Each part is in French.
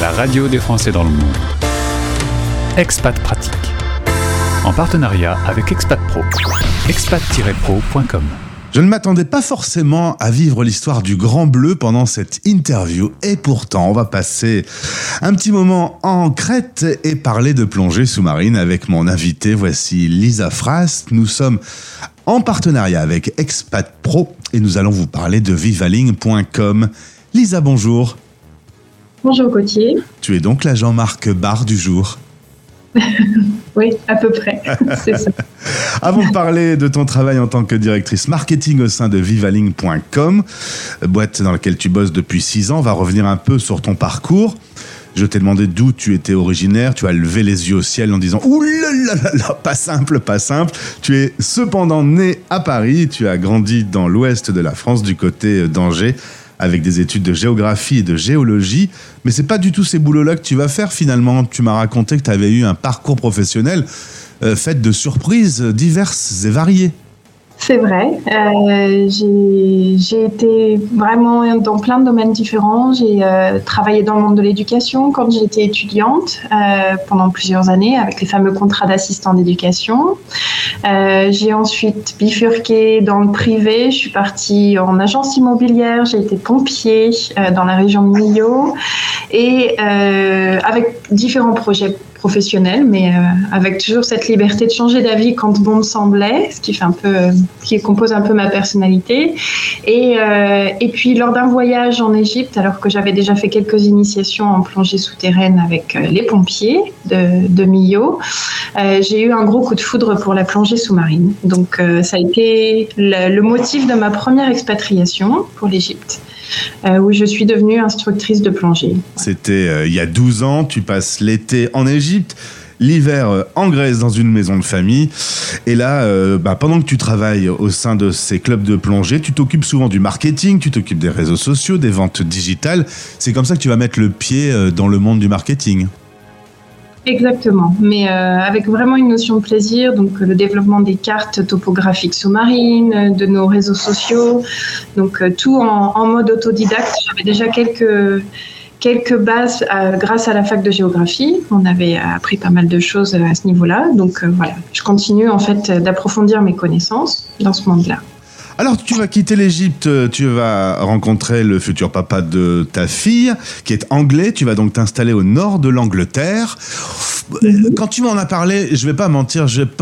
la radio des Français dans le monde. Expat Pratique, en partenariat avec Expat Pro, expat-pro.com. Je ne m'attendais pas forcément à vivre l'histoire du Grand Bleu pendant cette interview. Et pourtant, on va passer un petit moment en Crète et parler de plongée sous-marine avec mon invité. Voici Lisa Frast. Nous sommes en partenariat avec Expat Pro et nous allons vous parler de vivaling.com. Lisa, bonjour. Bonjour Gauthier. Tu es donc la Jean-Marc Barre du jour. Oui, à peu près, c'est ça. Avant de parler de ton travail en tant que directrice marketing au sein de vivaling.com, boîte dans laquelle tu bosses depuis 6 ans, on va revenir un peu sur ton parcours. Je t'ai demandé d'où tu étais originaire, tu as levé les yeux au ciel en disant « Ouh là là là, pas simple, pas simple ». Tu es cependant né à Paris, tu as grandi dans l'ouest de la France, du côté d'Angers, avec des études de géographie et de géologie. Mais c'est pas du tout ces boulots-là que tu vas faire finalement. Tu m'as raconté que tu avais eu un parcours professionnel fait de surprises diverses et variées. C'est vrai, j'ai été vraiment dans plein de domaines différents. J'ai travaillé dans le monde de l'éducation quand j'étais étudiante pendant plusieurs années avec les fameux contrats d'assistant d'éducation. J'ai ensuite bifurqué dans le privé. Je suis partie en agence immobilière, j'ai été pompier dans la région de Millau et avec différents projets professionnelle, mais avec toujours cette liberté de changer d'avis quand bon me semblait, ce qui fait qui compose un peu ma personnalité. Et puis lors d'un voyage en Égypte, alors que j'avais déjà fait quelques initiations en plongée souterraine avec les pompiers de Millau, j'ai eu un gros coup de foudre pour la plongée sous-marine. Donc ça a été le motif de ma première expatriation pour l'Égypte. Où je suis devenue instructrice de plongée. C'était il y a 12 ans, tu passes l'été en Égypte, l'hiver en Grèce dans une maison de famille. Et là, pendant que tu travailles au sein de ces clubs de plongée, tu t'occupes souvent du marketing, tu t'occupes des réseaux sociaux, des ventes digitales. C'est comme ça que tu vas mettre le pied dans le monde du marketing. Exactement, mais avec vraiment une notion de plaisir, donc le développement des cartes topographiques sous-marines, de nos réseaux sociaux, donc tout en mode autodidacte. J'avais déjà quelques bases grâce à la fac de géographie. On avait appris pas mal de choses à ce niveau-là, donc voilà, je continue en fait d'approfondir mes connaissances dans ce monde-là. Alors, tu vas quitter l'Égypte, tu vas rencontrer le futur papa de ta fille, qui est anglais. Tu vas donc t'installer au nord de l'Angleterre. Quand tu m'en as parlé, je vais pas mentir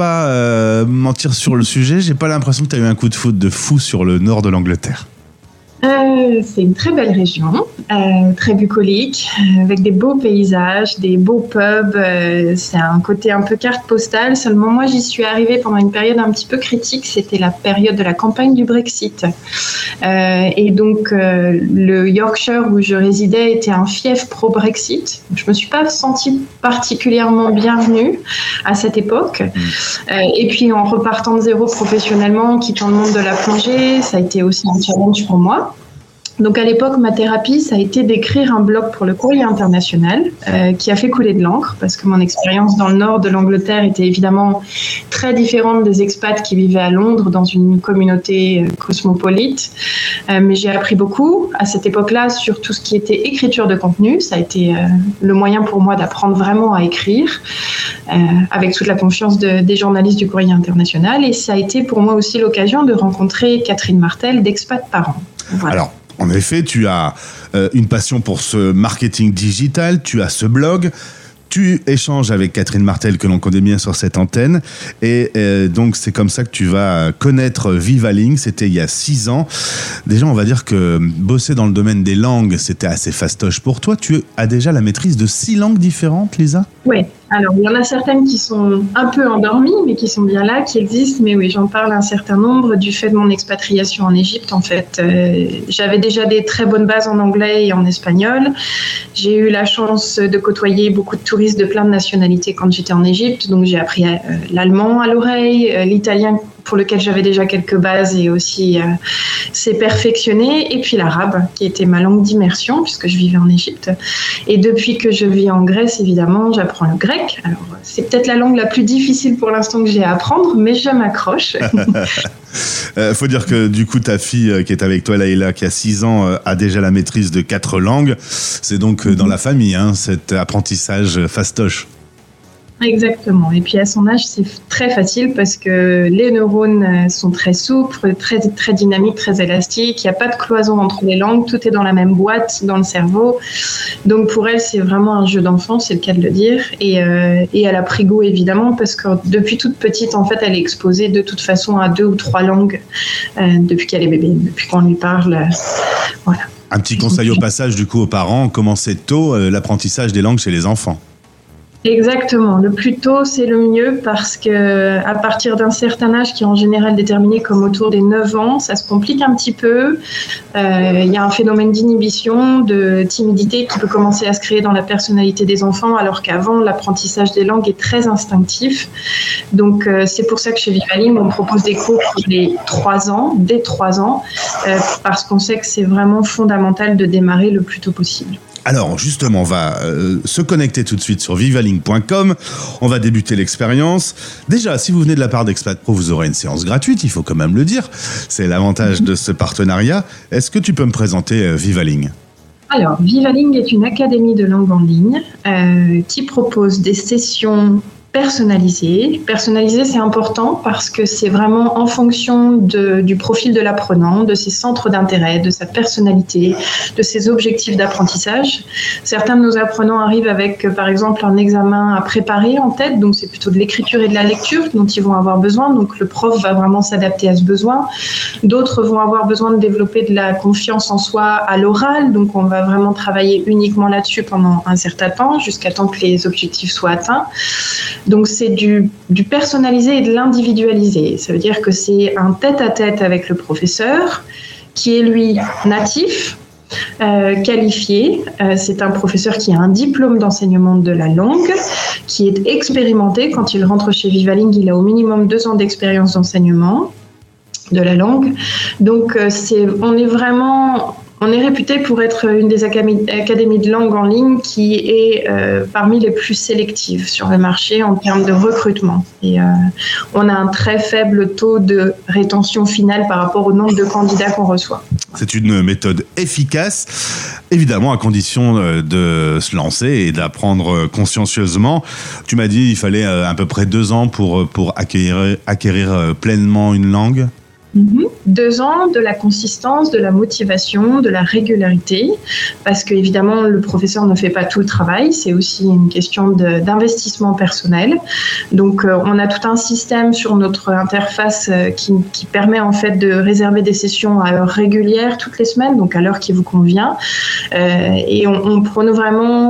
sur le sujet. J'ai pas l'impression que tu as eu un coup de foudre de fou sur le nord de l'Angleterre. C'est une très belle région, très bucolique, avec des beaux paysages, des beaux pubs. C'est un côté un peu carte postale. Seulement, moi, j'y suis arrivée pendant une période un petit peu critique. C'était la période de la campagne du Brexit. Et donc, le Yorkshire où je résidais était un fief pro-Brexit. Je me suis pas sentie particulièrement bienvenue à cette époque. Et puis, en repartant de zéro professionnellement, quittant le monde de la plongée, ça a été aussi un challenge pour moi. Donc à l'époque, ma thérapie, ça a été d'écrire un blog pour le Courrier International qui a fait couler de l'encre parce que mon expérience dans le nord de l'Angleterre était évidemment très différente des expats qui vivaient à Londres dans une communauté cosmopolite. Mais j'ai appris beaucoup à cette époque-là sur tout ce qui était écriture de contenu. Ça a été le moyen pour moi d'apprendre vraiment à écrire avec toute la confiance des journalistes du Courrier International. Et ça a été pour moi aussi l'occasion de rencontrer Catherine Martel d'Expat Parents. Voilà. Alors, en effet, tu as une passion pour ce marketing digital, tu as ce blog, tu échanges avec Catherine Martel que l'on connaît bien sur cette antenne et donc c'est comme ça que tu vas connaître Vivaling. C'était il y a 6 ans. Déjà, on va dire que bosser dans le domaine des langues, c'était assez fastoche pour toi. Tu as déjà la maîtrise de 6 langues différentes, Lisa ? Oui. Alors, il y en a certaines qui sont un peu endormies, mais qui sont bien là, qui existent. Mais oui, j'en parle un certain nombre du fait de mon expatriation en Égypte. En fait, j'avais déjà des très bonnes bases en anglais et en espagnol. J'ai eu la chance de côtoyer beaucoup de touristes de plein de nationalités quand j'étais en Égypte. Donc, j'ai appris l'allemand à l'oreille, l'italien pour lequel j'avais déjà quelques bases et aussi s'est perfectionné. Et puis l'arabe, qui était ma langue d'immersion, puisque je vivais en Égypte. Et depuis que je vis en Grèce, évidemment, j'apprends le grec. Alors, c'est peut-être la langue la plus difficile pour l'instant que j'ai à apprendre, mais je m'accroche. Faut dire que du coup, ta fille qui est avec toi, Laïla, qui a 6 ans, a déjà la maîtrise de 4 langues. C'est donc dans la famille, cet apprentissage fastoche. Exactement. Et puis à son âge, c'est très facile parce que les neurones sont très souples, très, très dynamiques, très élastiques. Il n'y a pas de cloison entre les langues. Tout est dans la même boîte dans le cerveau. Donc pour elle, c'est vraiment un jeu d'enfant, c'est le cas de le dire. Et elle a pris goût évidemment parce que depuis toute petite, en fait, elle est exposée de toute façon à 2 ou 3 langues depuis qu'elle est bébé, depuis qu'on lui parle. Voilà. Un petit conseil au passage du coup aux parents, commencez tôt l'apprentissage des langues chez les enfants. Exactement. Le plus tôt, c'est le mieux parce que à partir d'un certain âge, qui est en général déterminé comme autour des 9 ans, ça se complique un petit peu. Il y a un phénomène d'inhibition, de timidité qui peut commencer à se créer dans la personnalité des enfants, alors qu'avant, l'apprentissage des langues est très instinctif. Donc, c'est pour ça que chez Vivaling, on propose des cours pour les 3 ans, dès 3 ans, parce qu'on sait que c'est vraiment fondamental de démarrer le plus tôt possible. Alors justement, on va se connecter tout de suite sur vivaling.com, on va débuter l'expérience. Déjà, si vous venez de la part d'Expat Pro, vous aurez une séance gratuite, il faut quand même le dire. C'est l'avantage de ce partenariat. Est-ce que tu peux me présenter Vivaling ? Alors, Vivaling est une académie de langue en ligne qui propose des sessions personnalisé. Personnalisé, c'est important parce que c'est vraiment en fonction du profil de l'apprenant, de ses centres d'intérêt, de sa personnalité, de ses objectifs d'apprentissage. Certains de nos apprenants arrivent avec, par exemple, un examen à préparer en tête, donc c'est plutôt de l'écriture et de la lecture dont ils vont avoir besoin, donc le prof va vraiment s'adapter à ce besoin. D'autres vont avoir besoin de développer de la confiance en soi à l'oral, donc on va vraiment travailler uniquement là-dessus pendant un certain temps, jusqu'à temps que les objectifs soient atteints. Donc c'est du personnalisé et de l'individualisé. Ça veut dire que c'est un tête-à-tête avec le professeur qui est lui natif, qualifié. C'est un professeur qui a un diplôme d'enseignement de la langue, qui est expérimenté. Quand il rentre chez Vivaling, il a au minimum 2 ans d'expérience d'enseignement de la langue. Donc on est réputé pour être une des académies de langue en ligne qui est parmi les plus sélectives sur le marché en termes de recrutement. Et on a un très faible taux de rétention finale par rapport au nombre de candidats qu'on reçoit. C'est une méthode efficace, évidemment à condition de se lancer et d'apprendre consciencieusement. Tu m'as dit qu'il fallait à peu près 2 ans pour acquérir pleinement une langue. 2 ans, de la consistance, de la motivation, de la régularité, parce que évidemment le professeur ne fait pas tout le travail, c'est aussi une question d'investissement personnel. Donc on a tout un système sur notre interface qui permet en fait de réserver des sessions à heure régulière toutes les semaines, donc à l'heure qui vous convient. Et on prône vraiment,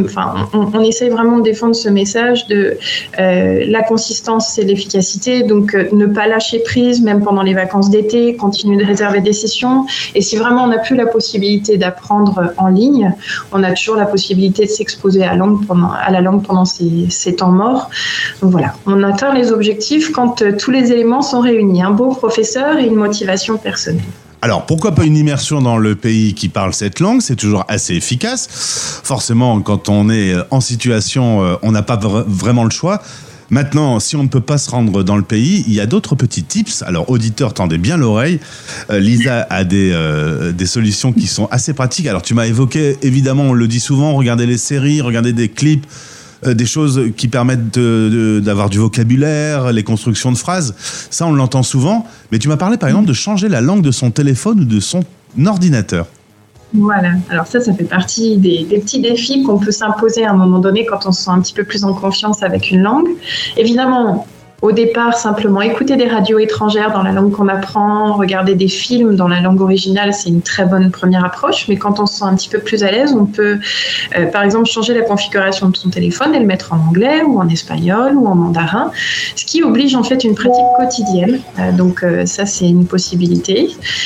on essaye vraiment de défendre ce message de la consistance, c'est l'efficacité, donc ne pas lâcher prise même pendant les vacances d'été, continuer de réserver des sessions. Et si vraiment on n'a plus la possibilité d'apprendre en ligne, on a toujours la possibilité de s'exposer à la langue pendant ces temps morts. Donc voilà, on atteint les objectifs quand tous les éléments sont réunis, un bon professeur et une motivation personnelle. Alors, pourquoi pas une immersion dans le pays qui parle cette langue ? C'est toujours assez efficace. Forcément, quand on est en situation, on n'a pas vraiment le choix. Maintenant, si on ne peut pas se rendre dans le pays, il y a d'autres petits tips. Alors, auditeurs, tendez bien l'oreille. Lisa a des solutions qui sont assez pratiques. Alors, tu m'as évoqué, évidemment, on le dit souvent, regardez les séries, regardez des clips, des choses qui permettent d'avoir du vocabulaire, les constructions de phrases. Ça, on l'entend souvent. Mais tu m'as parlé, par exemple, de changer la langue de son téléphone ou de son ordinateur. Voilà, alors ça fait partie des petits défis qu'on peut s'imposer à un moment donné quand on se sent un petit peu plus en confiance avec une langue. Évidemment, au départ, simplement écouter des radios étrangères dans la langue qu'on apprend, regarder des films dans la langue originale, c'est une très bonne première approche. Mais quand on se sent un petit peu plus à l'aise, on peut, par exemple, changer la configuration de son téléphone et le mettre en anglais ou en espagnol ou en mandarin, ce qui oblige en fait une pratique quotidienne. Donc ça, c'est une possibilité.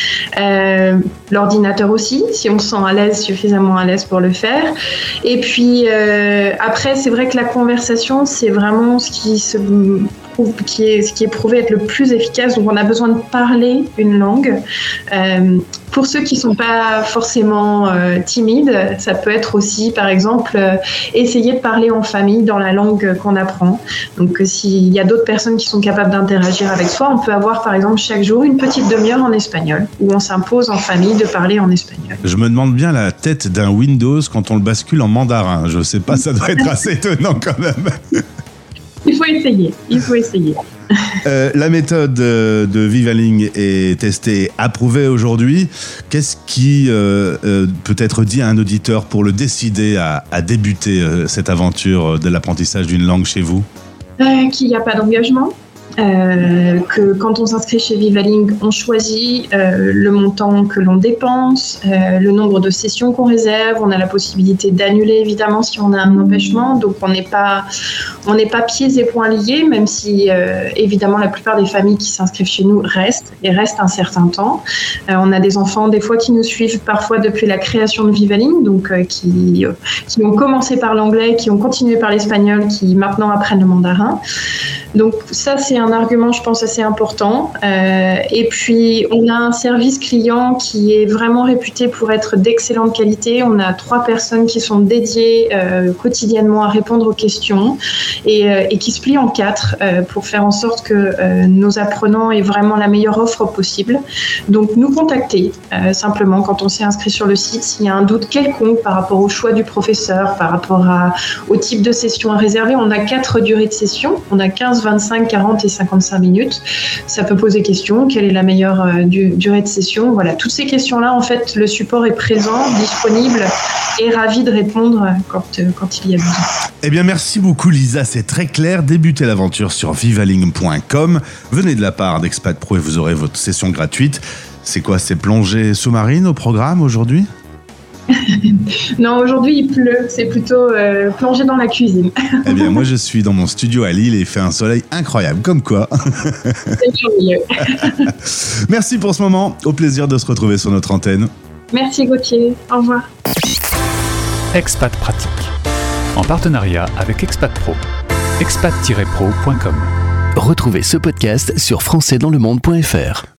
L'ordinateur aussi, si on se sent à l'aise, suffisamment à l'aise pour le faire. Et puis après, c'est vrai que la conversation, c'est vraiment ce qui qui est prouvé être le plus efficace. Donc on a besoin de parler une langue. Pour ceux qui ne sont pas forcément timides, ça peut être aussi, par exemple, essayer de parler en famille dans la langue qu'on apprend. Donc s'il y a d'autres personnes qui sont capables d'interagir avec soi, on peut avoir, par exemple, chaque jour une petite demi-heure en espagnol, où on s'impose en famille de parler en espagnol. Je me demande bien la tête d'un Windows quand on le bascule en mandarin. Je ne sais pas, ça doit être assez étonnant quand même. Il faut essayer. La méthode de Vivaling est testée, approuvée aujourd'hui. Qu'est-ce qui peut être dit à un auditeur pour le décider à débuter cette aventure de l'apprentissage d'une langue chez vous ? Qu'il n'y a pas d'engagement. Que quand on s'inscrit chez Vivaling, on choisit le montant que l'on dépense, le nombre de sessions qu'on réserve, on a la possibilité d'annuler évidemment si on a un empêchement, donc on n'est pas pieds et poings liés, même si évidemment la plupart des familles qui s'inscrivent chez nous restent un certain temps. On a des enfants des fois qui nous suivent parfois depuis la création de Vivaling, donc qui ont commencé par l'anglais, qui ont continué par l'espagnol, qui maintenant apprennent le mandarin. Donc ça, c'est un argument, je pense, assez important. Et puis, on a un service client qui est vraiment réputé pour être d'excellente qualité. On a 3 personnes qui sont dédiées quotidiennement à répondre aux questions et qui se plient en 4 pour faire en sorte que nos apprenants aient vraiment la meilleure offre possible. Donc, nous contacter simplement quand on s'est inscrit sur le site. S'il y a un doute quelconque par rapport au choix du professeur, par rapport au type de session à réserver, on a 4 durées de session. On a 15, 25, 40 et 55 minutes. Ça peut poser question. Quelle est la meilleure durée de session ? Voilà, toutes ces questions-là, en fait, le support est présent, disponible et ravi de répondre quand il y a besoin. Eh bien, merci beaucoup Lisa, c'est très clair. Débutez l'aventure sur vivaling.com. Venez de la part d'Expat Pro et vous aurez votre session gratuite. C'est quoi, c'est plongée sous-marine au programme aujourd'hui ? Non, aujourd'hui il pleut, c'est plutôt plonger dans la cuisine. Eh bien, moi je suis dans mon studio à Lille et il fait un soleil incroyable, comme quoi. C'est merveilleux. Merci pour ce moment, au plaisir de se retrouver sur notre antenne. Merci Gauthier, au revoir. Expat Pratique, en partenariat avec Expat Pro, expat-pro.com. Retrouvez ce podcast sur françaisdanslemonde.fr.